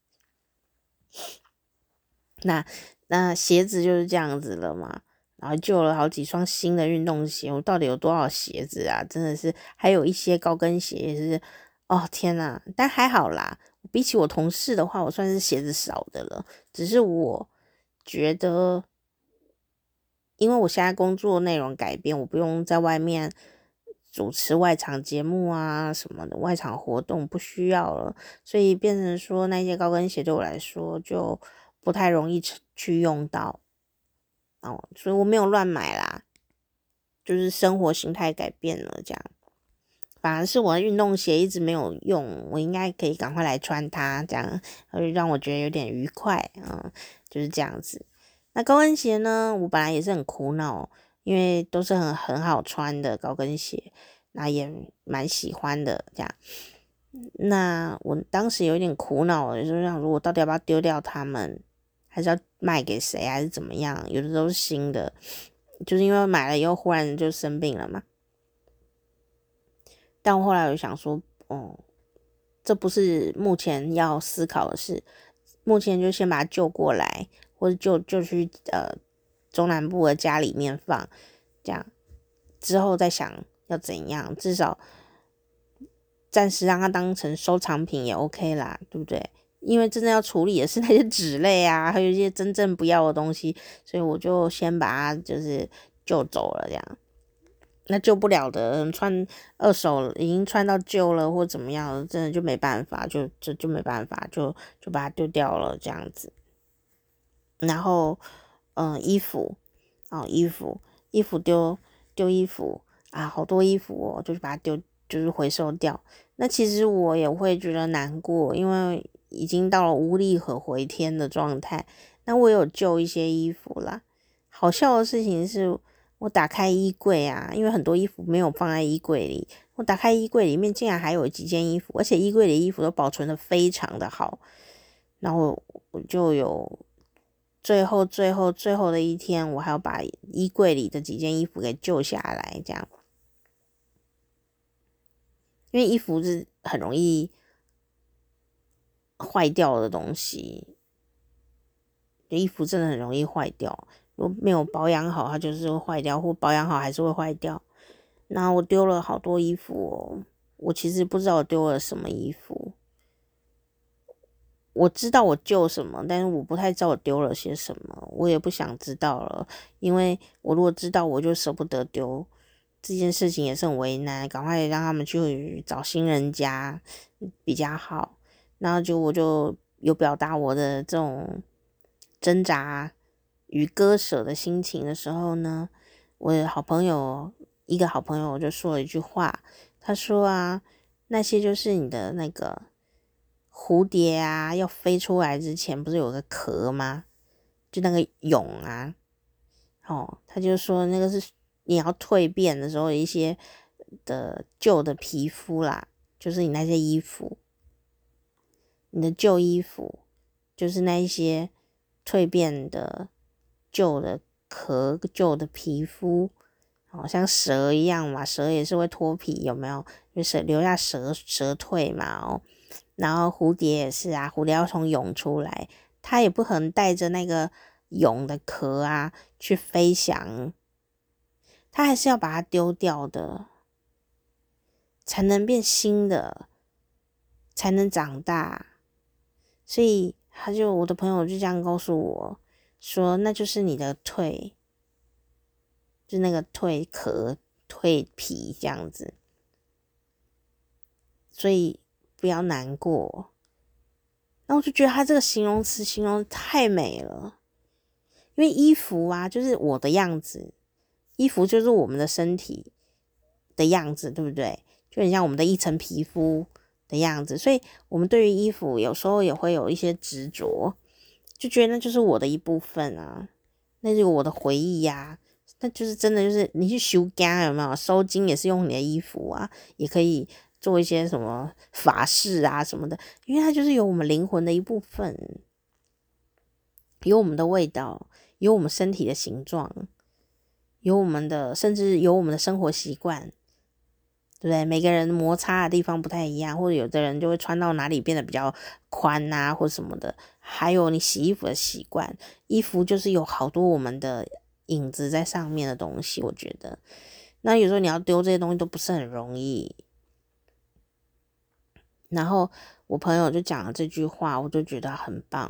Speaker 1: 那鞋子就是这样子了嘛，然后救了好几双新的运动鞋，我到底有多少鞋子真的是，还有一些高跟鞋也是，天哪，但还好啦，比起我同事的话，我算是鞋子少的了，只是我觉得，因为我现在工作内容改变，我不用在外面主持外场节目什么的，外场活动不需要了，所以变成说那些高跟鞋对我来说就不太容易去用到所以我没有乱买啦，就是生活形态改变了这样，反而是我的运动鞋一直没有用，我应该可以赶快来穿它，这样会让我觉得有点愉快就是这样子。那高跟鞋呢，我本来也是很苦恼，因为都是很好穿的高跟鞋，那也蛮喜欢的这样。那我当时有点苦恼的，就是想说我到底要不要丢掉它们，还是要卖给谁，还是怎么样？有的都是新的，就是因为买了以后忽然就生病了嘛。但我后来我想说，这不是目前要思考的事，目前就先把它救过来，或者就去中南部的家里面放，这样之后再想要怎样，至少暂时让它当成收藏品也 OK 啦，对不对？因为真正要处理的是那些纸类还有一些真正不要的东西，所以我就先把它就是救走了这样。那救不了的，穿二手已经穿到旧了或怎么样，真的就没办法，就没办法，就把它丢掉了这样子。然后，衣服衣服丢衣服好多衣服就是把它丢，就是回收掉。那其实我也会觉得难过，因为已经到了无力可回天的状态。那我有旧一些衣服啦。好笑的事情是，我打开衣柜因为很多衣服没有放在衣柜里，我打开衣柜里面竟然还有几件衣服，而且衣柜里的衣服都保存的非常的好。然后我就有最后的一天，我还要把衣柜里的几件衣服给救下来，这样。因为衣服是很容易坏掉的东西，衣服真的很容易坏掉，如果没有保养好，它就是会坏掉，或保养好还是会坏掉。那我丢了好多衣服我其实不知道我丢了什么衣服，我知道我旧什么，但是我不太知道我丢了些什么，我也不想知道了，因为我如果知道，我就舍不得丢。这件事情也是很为难，赶快让他们去找新人家比较好。然后我就有表达我的这种挣扎与割舍的心情的时候呢，我的一个好朋友就说了一句话，他说那些就是你的那个蝴蝶要飞出来之前不是有个壳吗？就那个蛹他就说那个是你要蜕变的时候一些的旧的皮肤啦，就是你那些衣服，你的旧衣服，就是那一些蜕变的旧的壳、旧的皮肤，像蛇一样嘛，蛇也是会脱皮，有没有？就是留下蛇蜕嘛然后蝴蝶也是蝴蝶要从蛹出来，它也不可能带着那个蛹的壳去飞翔他还是要把它丢掉的，才能变新的，才能长大。所以我的朋友就这样告诉我说，那就是你的蜕，就那个蜕壳、蜕皮这样子，所以不要难过。那我就觉得他这个形容词形容太美了，因为衣服啊，就是我的样子，衣服就是我们的身体的样子，对不对？就很像我们的一层皮肤的样子，所以我们对于衣服有时候也会有一些执着，就觉得那就是我的一部分啊，那就是我的回忆呀、那就是真的就是你去收惊有没有？收金也是用你的衣服啊，也可以做一些什么法事啊什么的，因为它就是有我们灵魂的一部分，有我们的味道，有我们身体的形状，有我们的甚至有我们的生活习惯。对不对？每个人摩擦的地方不太一样，或者有的人就会穿到哪里变得比较宽啊，或什么的。还有你洗衣服的习惯，衣服就是有好多我们的影子在上面的东西，我觉得。那有时候你要丢这些东西都不是很容易。然后我朋友就讲了这句话，我就觉得很棒，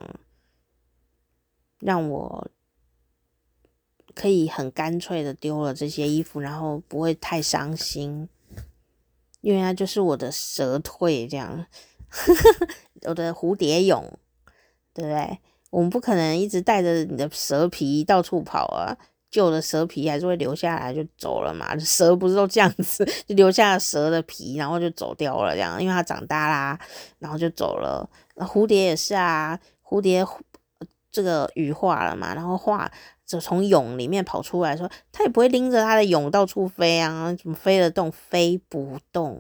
Speaker 1: 让我可以很干脆的丢了这些衣服，然后不会太伤心。因为它就是我的蛇蜕这样，我的蝴蝶蛹，对不对？我们不可能一直带着你的蛇皮到处跑啊，旧的蛇皮还是会留下来就走了嘛。蛇不是都这样子，就留下了蛇的皮，然后就走掉了这样，因为它长大啦，然后就走了。蝴蝶也是啊，蝴蝶这个羽化了嘛，然后就从蛹里面跑出来说，它也不会拎着它的蛹到处飞啊，怎么飞得动？飞不动。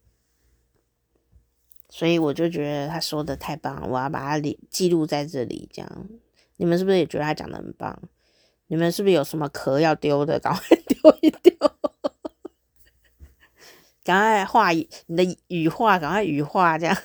Speaker 1: 所以我就觉得他说的太棒了，我要把它记录在这里。这样，你们是不是也觉得他讲的很棒？你们是不是有什么壳要丢的，赶快丢一丢，赶快画你的羽化，赶快羽化，这样，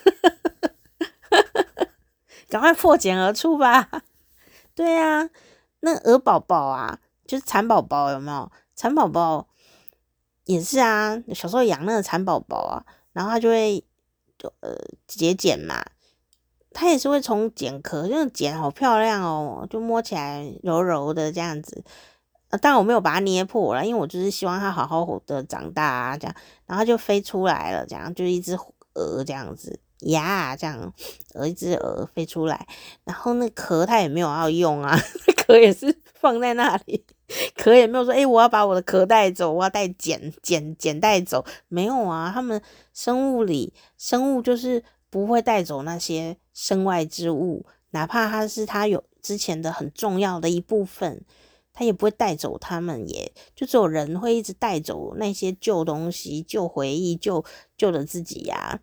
Speaker 1: 赶快破茧而出吧。对啊，那鹅宝宝啊，就是蚕宝宝，有没有？蚕宝宝也是啊，小时候养那个蚕宝宝啊，然后它就会结茧嘛，它也是会从茧壳，那个茧好漂亮哦，就摸起来柔柔的这样子。当然我没有把它捏破了，因为我就是希望它好好的长大啊，这样，然后就飞出来了，这样就是一只鹅这样子呀，这样一只鹅飞出来，然后那壳它也没有要用啊，壳也是放在那里，壳也没有说我要把我的壳带走，我要带茧带走，没有啊，他们生物就是不会带走那些身外之物，哪怕它有之前的很重要的一部分。他也不会带走他们，就只有人会一直带走那些旧东西、旧回忆、旧的自己呀。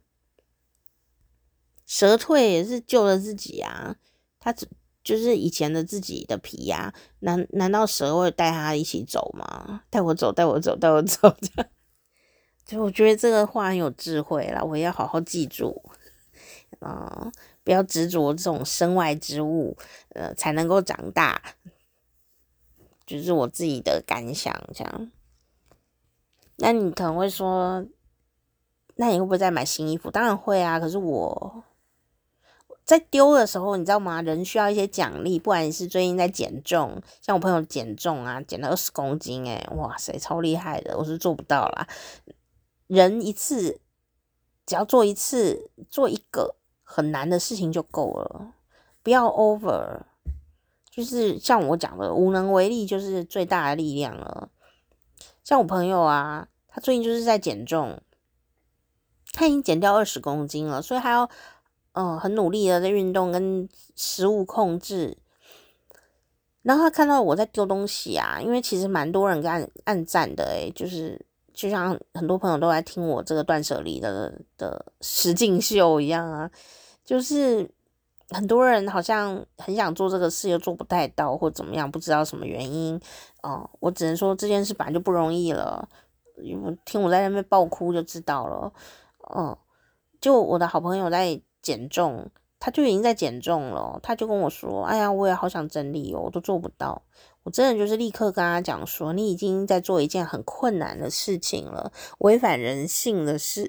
Speaker 1: 蛇蜕也是旧的自己啊，他就是以前的自己的皮呀。难道蛇会带他一起走吗？带我走，带我走，带我走，这样。就我觉得这个话很有智慧啦，我也要好好记住。不要执着这种身外之物，才能够长大。就是我自己的感想，这样。那你可能会说，那你会不会再买新衣服？当然会啊。可是我在丢的时候，你知道吗？人需要一些奖励，不然你是最近在减重，像我朋友减重啊，减了20公斤，哇塞，超厉害的，我是做不到啦。人一次只要做一次，做一个很难的事情就够了，不要 over。就是像我讲的，无能为力就是最大的力量了。像我朋友啊，他最近就是在减重，他已经减掉20公斤了，所以他要很努力的在运动跟食物控制。然后他看到我在丢东西啊，因为其实蛮多人给按赞的就是就像很多朋友都在听我这个断舍离的实境秀一样啊，就是很多人好像很想做这个事又做不太到或怎么样，不知道什么原因我只能说这件事本来就不容易了，听我在那边爆哭就知道了。就我的好朋友在减重， 他就已经在减重了，他就跟我说，哎呀，我也好想整理哦，我都做不到。我真的就是立刻跟他讲说，你已经在做一件很困难的事情了，违反人性的事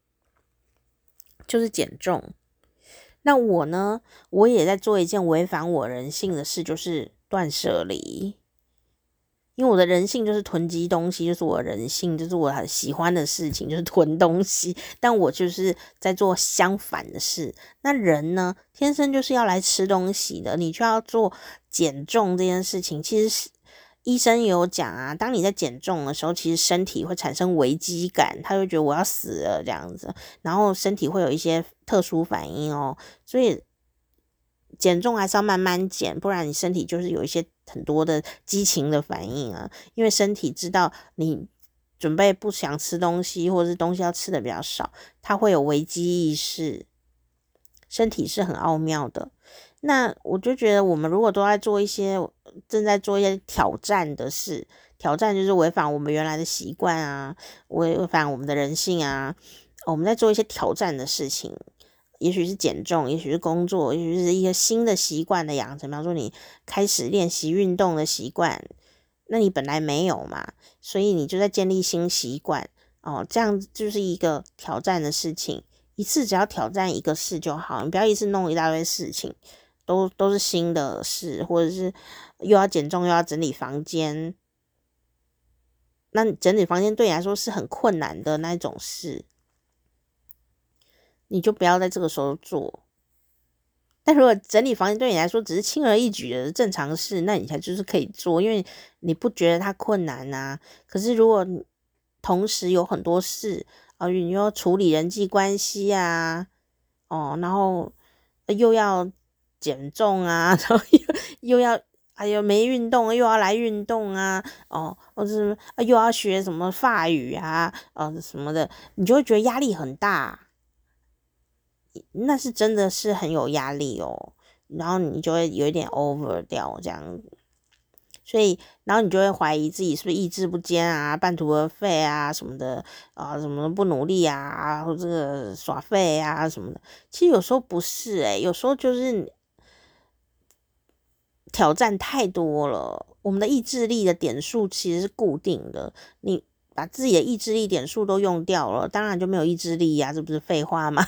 Speaker 1: 就是减重。那我呢，我也在做一件违反我人性的事，就是断舍离。因为我的人性就是囤积东西，就是我的人性，就是我很喜欢的事情，就是囤东西。但我就是在做相反的事。那人呢，天生就是要来吃东西的，你就要做减重这件事情。其实是医生也有讲啊，当你在减重的时候，其实身体会产生危机感，他会觉得我要死了这样子，然后身体会有一些特殊反应哦。所以减重还是要慢慢减，不然你身体就是有一些很多的激情的反应啊。因为身体知道你准备不想吃东西，或者是东西要吃的比较少，它会有危机意识。身体是很奥妙的。那我就觉得我们如果都在做一些正在做一些挑战的事，挑战就是违反我们原来的习惯啊，违反我们的人性啊，我们在做一些挑战的事情。也许是减重，也许是工作，也许是一个新的习惯的养成。比方说你开始练习运动的习惯，那你本来没有嘛，所以你就在建立新习惯哦。这样就是一个挑战的事情，一次只要挑战一个事就好，你不要一次弄一大堆事情，都是新的事，或者是又要减重又要整理房间。那整理房间对你来说是很困难的那种事，你就不要在这个时候做。但如果整理房间对你来说只是轻而易举的正常事，那你才就是可以做，因为你不觉得它困难啊。可是如果同时有很多事你又要处理人际关系啊，然后又要减重啊，然后又要没运动又要来运动啊，或者又要学什么法语啊，什么的，你就会觉得压力很大。那是真的是很有压力哦，然后你就会有一点 over 掉这样，所以然后你就会怀疑自己是不是意志不坚啊，半途而废啊什么的什么不努力啊，或这个耍废啊什么的。其实有时候不是有时候就是挑战太多了，我们的意志力的点数其实是固定的，你把自己的意志力点数都用掉了，当然就没有意志力啊，这不是废话吗？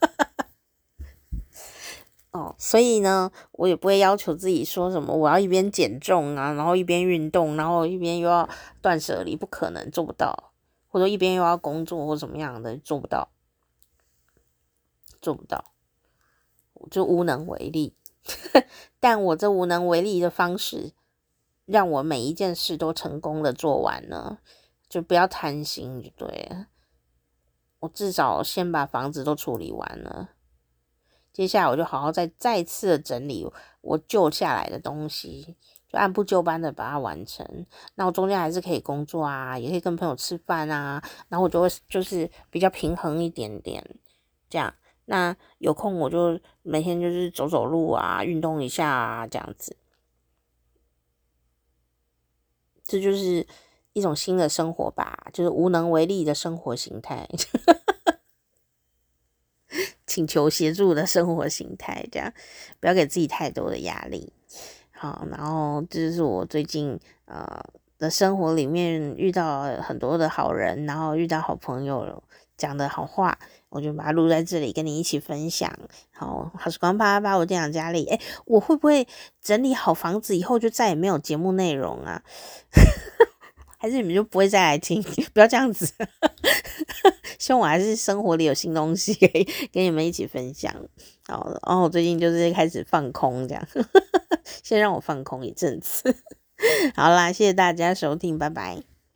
Speaker 1: 所以呢，我也不会要求自己说什么我要一边减重啊，然后一边运动，然后一边又要断舍离，不可能，做不到。或者一边又要工作或怎么样的，做不到，我就无能为力。但我这无能为力的方式，让我每一件事都成功的做完了，就不要贪心就对了。我至少先把房子都处理完了。接下来我就好好再一次的整理我旧下来的东西，就按部就班的把它完成。那我中间还是可以工作啊，也可以跟朋友吃饭啊，然后我就会就是比较平衡一点点这样。那有空我就每天就是走走路啊，运动一下啊，这样子。这就是一种新的生活吧，就是无能为力的生活形态。请求协助的生活形态，这样不要给自己太多的压力。好，然后这就是我最近的生活里面遇到很多的好人，然后遇到好朋友讲的好话，我就把它录在这里跟你一起分享。好时光啪啪啪，我这样家里，我会不会整理好房子以后就再也没有节目内容啊？还是你们就不会再来听？不要这样子。希望我还是生活里有新东西可以跟你们一起分享。好，然后我最近就是开始放空这样，先让我放空一阵子。好啦，谢谢大家收听，拜拜。